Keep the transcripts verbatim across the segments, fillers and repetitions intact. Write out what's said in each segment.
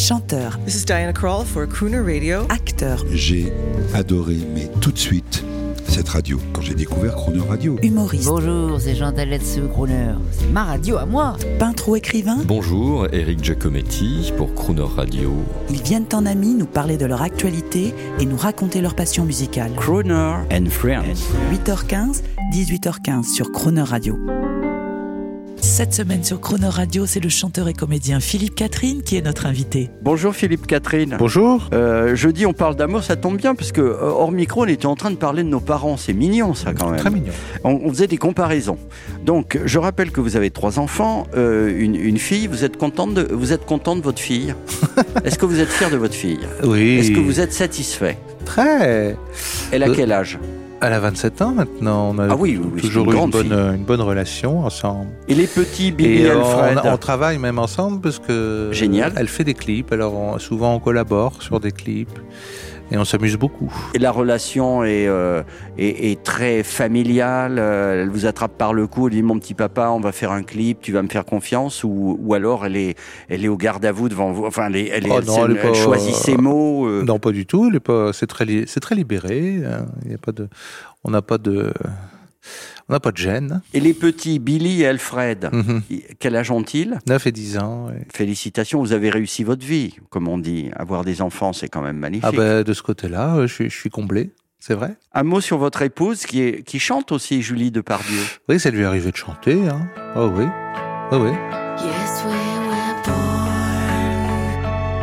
chanteur. This is Diana Krall for Crooner Radio. Acteur. J'ai adoré, mais tout de suite, cette radio, quand j'ai découvert Crooner Radio. Humoriste. Bonjour, c'est Jean Daletsu, Crooner. C'est ma radio à moi. Peintre ou écrivain. Bonjour, Eric Giacometti pour Crooner Radio. Ils viennent en amis nous parler de leur actualité et nous raconter leur passion musicale. Crooner and Friends. huit heures quinze, dix-huit heures quinze sur Crooner Radio. Cette semaine sur Crooner Radio, c'est le chanteur et comédien Philippe Catherine qui est notre invité. Bonjour Philippe Catherine. Bonjour. Euh, jeudi on parle d'amour, ça tombe bien parce que euh, hors micro on était en train de parler de nos parents, c'est mignon ça quand même. Très mignon. On, on faisait des comparaisons. Donc je rappelle que vous avez trois enfants, euh, une, une fille, vous êtes contente de, vous êtes content de votre fille. Est-ce que vous êtes fier de votre fille? Oui. Est-ce que vous êtes satisfait? Très. Elle a Euh, quel âge? Elle a vingt-sept ans maintenant. On a Ah oui, oui, toujours c'est une eu une grande bonne, fille. une bonne relation ensemble. Et les petits Billy Et et on, Alfred? on travaille même ensemble parce que Génial. Elle fait des clips. Alors on- souvent on collabore sur des clips et on s'amuse beaucoup. Et la relation est, euh, est, est très familiale. euh, Elle vous attrape par le cou, elle dit mon petit papa, on va faire un clip, tu vas me faire confiance, ou, ou alors elle est, elle est au garde à vous devant vous. Enfin, elle, est, elle, est- Oh elle, non, elle est elle pas- choisit ses mots. euh. Non, pas du tout. Elle est pas. C'est très, li- c'est très libéré. hein. Il y a pas de. On n'a pas de. On n'a pas de gêne. Et les petits Billy et Alfred, Mhm. quel âge ont-ils? neuf et dix ans. ouais. Félicitations, vous avez réussi votre vie, comme on dit. Avoir des enfants, c'est quand même magnifique. Ah ben de ce côté-là, euh, je suis, je suis comblé. C'est vrai. Un mot sur votre épouse qui, est, qui chante aussi, Julie Depardieu. Oui, ça lui est arrivé de chanter. Hein. Oh oui. Oh oui. Yes, we were born,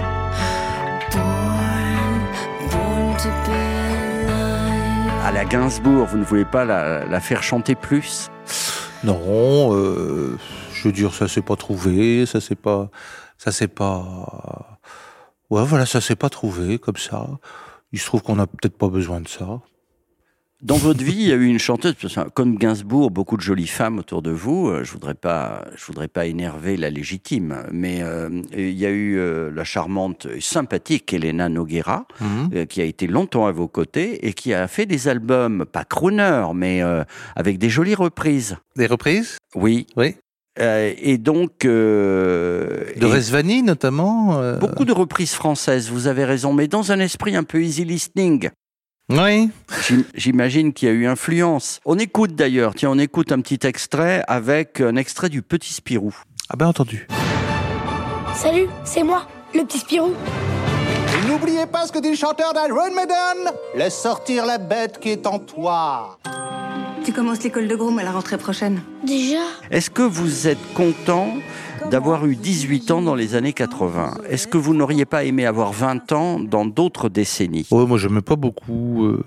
born, born to be alive. À la Gainsbourg, vous ne voulez pas la, la faire chanter plus? Non, euh, je veux dire, ça s'est pas trouvé, ça s'est pas, ça s'est pas, ouais, voilà, ça s'est pas trouvé comme ça. Il se trouve qu'on a peut-être pas besoin de ça. Dans votre vie, il y a eu une chanteuse, parce que comme Gainsbourg, beaucoup de jolies femmes autour de vous. euh, Je voudrais pas, je voudrais pas énerver la légitime, mais euh, il y a eu euh, la charmante et sympathique Elena Nogueira, Mhm. euh, qui a été longtemps à vos côtés et qui a fait des albums, pas crooner, mais euh, avec des jolies reprises. Des reprises, Oui. oui. Euh, et donc, euh, De et Resvani notamment. euh, beaucoup de reprises françaises. Vous avez raison, mais dans un esprit un peu easy listening. Oui. J'im- J'imagine qu'il y a eu influence. On écoute d'ailleurs, tiens, on écoute un petit extrait avec un extrait du Petit Spirou. Ah ben entendu. Salut, c'est moi, le petit Spirou. N'oubliez pas ce que dit le chanteur d'Iron Maiden. Laisse sortir la bête qui est en toi. Tu commences l'école de Groom à la rentrée prochaine. Déjà? Est-ce que vous êtes content d'avoir eu dix-huit ans dans les années quatre-vingts? Est-ce que vous n'auriez pas aimé avoir vingt ans dans d'autres décennies? Ouais, moi j'aimais pas beaucoup. euh,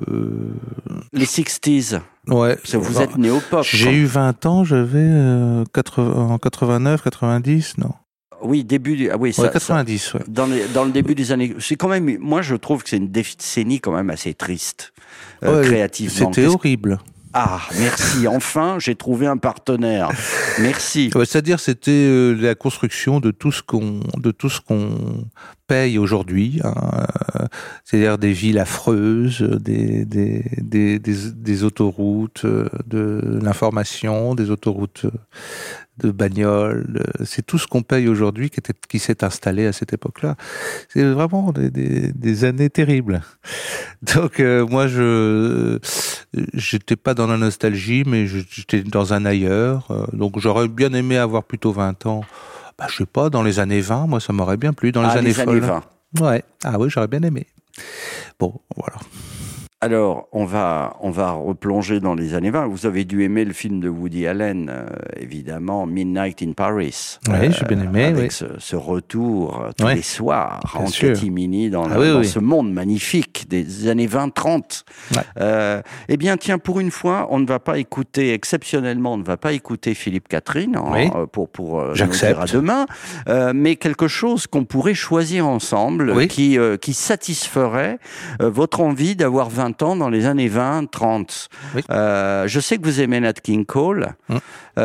Les sixties, Ouais. parce que vous êtes né au pop. J'ai eu vingt ans, j'avais euh, quatre-vingts en quatre-vingt-neuf, quatre-vingt-dix, non. Oui, début du... Ah oui, ça, Ouais, ça- quatre-vingt-dix, ouais. Dans, les- dans le début des années... C'est quand même... Moi, je trouve que c'est une décennie quand même assez triste, euh, Ouais, créativement. C'était Qu'est-ce- horrible. Ah, merci. Enfin, j'ai trouvé un partenaire. Merci. Ouais, c'est-à-dire c'était euh, la construction de tout ce qu'on de tout ce qu'on paye aujourd'hui, hein, euh, c'est-à-dire des villes affreuses, des des des des, des autoroutes, euh, de l'information, des autoroutes euh, de bagnoles, euh, c'est tout ce qu'on paye aujourd'hui qui était qui s'est installé à cette époque-là. C'est vraiment des des, des années terribles. Donc euh, moi je j'étais pas dans la nostalgie, mais je- j'étais dans un ailleurs. euh, donc j'aurais bien aimé avoir plutôt vingt ans. Bah, je sais pas, dans les années vingt, moi ça m'aurait bien plu. Dans les Ah, années les folles. années vingt. Ouais. Ah oui, j'aurais bien aimé. Bon, voilà. Alors, on va, on va replonger dans les années vingt. Vous avez dû aimer le film de Woody Allen, euh, évidemment, Midnight in Paris. Oui, j'ai bien aimé, Avec oui. ce, ce retour euh, tous Ouais. les soirs Bien en sûr. catimini dans, Ah le- oui, dans oui. ce monde magnifique des années vingt trente. Ouais. Euh, eh bien, tiens, pour une fois, on ne va pas écouter, exceptionnellement, on ne va pas écouter Philippe Catherine hein, Oui. euh, pour, pour euh, nous J'accepte. dire à demain, euh, mais quelque chose qu'on pourrait choisir ensemble Oui. qui, euh, qui satisferait euh, votre envie d'avoir vingt ans dans les années vingt trente. Oui. Euh, je sais que vous aimez Nat King Cole. Hum.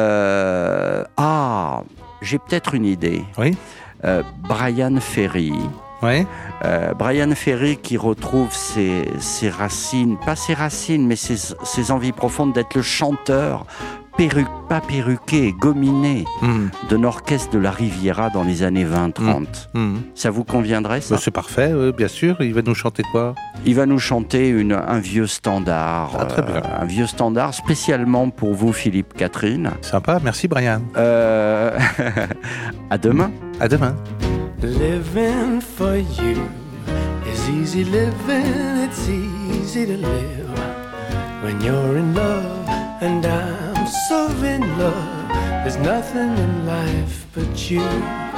Euh, ah, j'ai peut-être une idée. Oui. Euh, Brian Ferry. Ouais. Euh, Brian Ferry qui retrouve ses, ses racines, pas ses racines, mais ses, ses envies profondes d'être le chanteur perru- pas perruqué, gominé Mmh. d'un orchestre de la Riviera dans les années vingt trente. Mmh. Ça vous conviendrait, ça? Bah, c'est parfait, oui, bien sûr. Il va nous chanter quoi? Il va nous chanter une, un vieux standard. Ah, très bien. euh, un vieux standard spécialement pour vous, Philippe Catherine. Sympa, merci Brian. Euh... à demain. À demain. Living for you is easy living, it's easy to live when you're in love, and I'm so in love. There's nothing in life but you.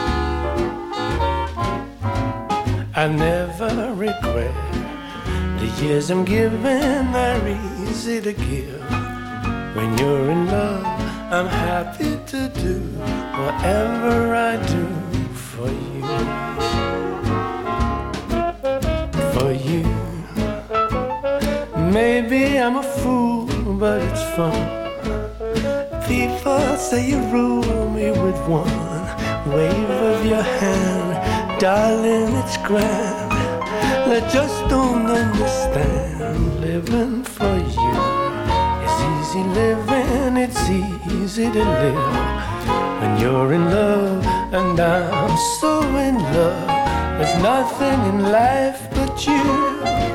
I never regret the years I'm given, they're easy to give. When you're in love, I'm happy to do whatever I do for you. For you. Maybe I'm a fool, but it's fun. People say you rule me with one wave of your hand. Darling, it's grand. They just don't understand. Living for you is easy living, it's easy to live when you're in love, and I'm so in love. There's nothing in life but you.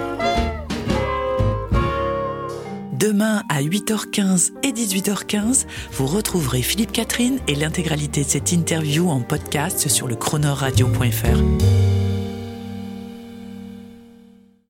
Demain à huit heures quinze et dix-huit heures quinze, vous retrouverez Philippe Catherine et l'intégralité de cette interview en podcast sur le chrono radio point f r.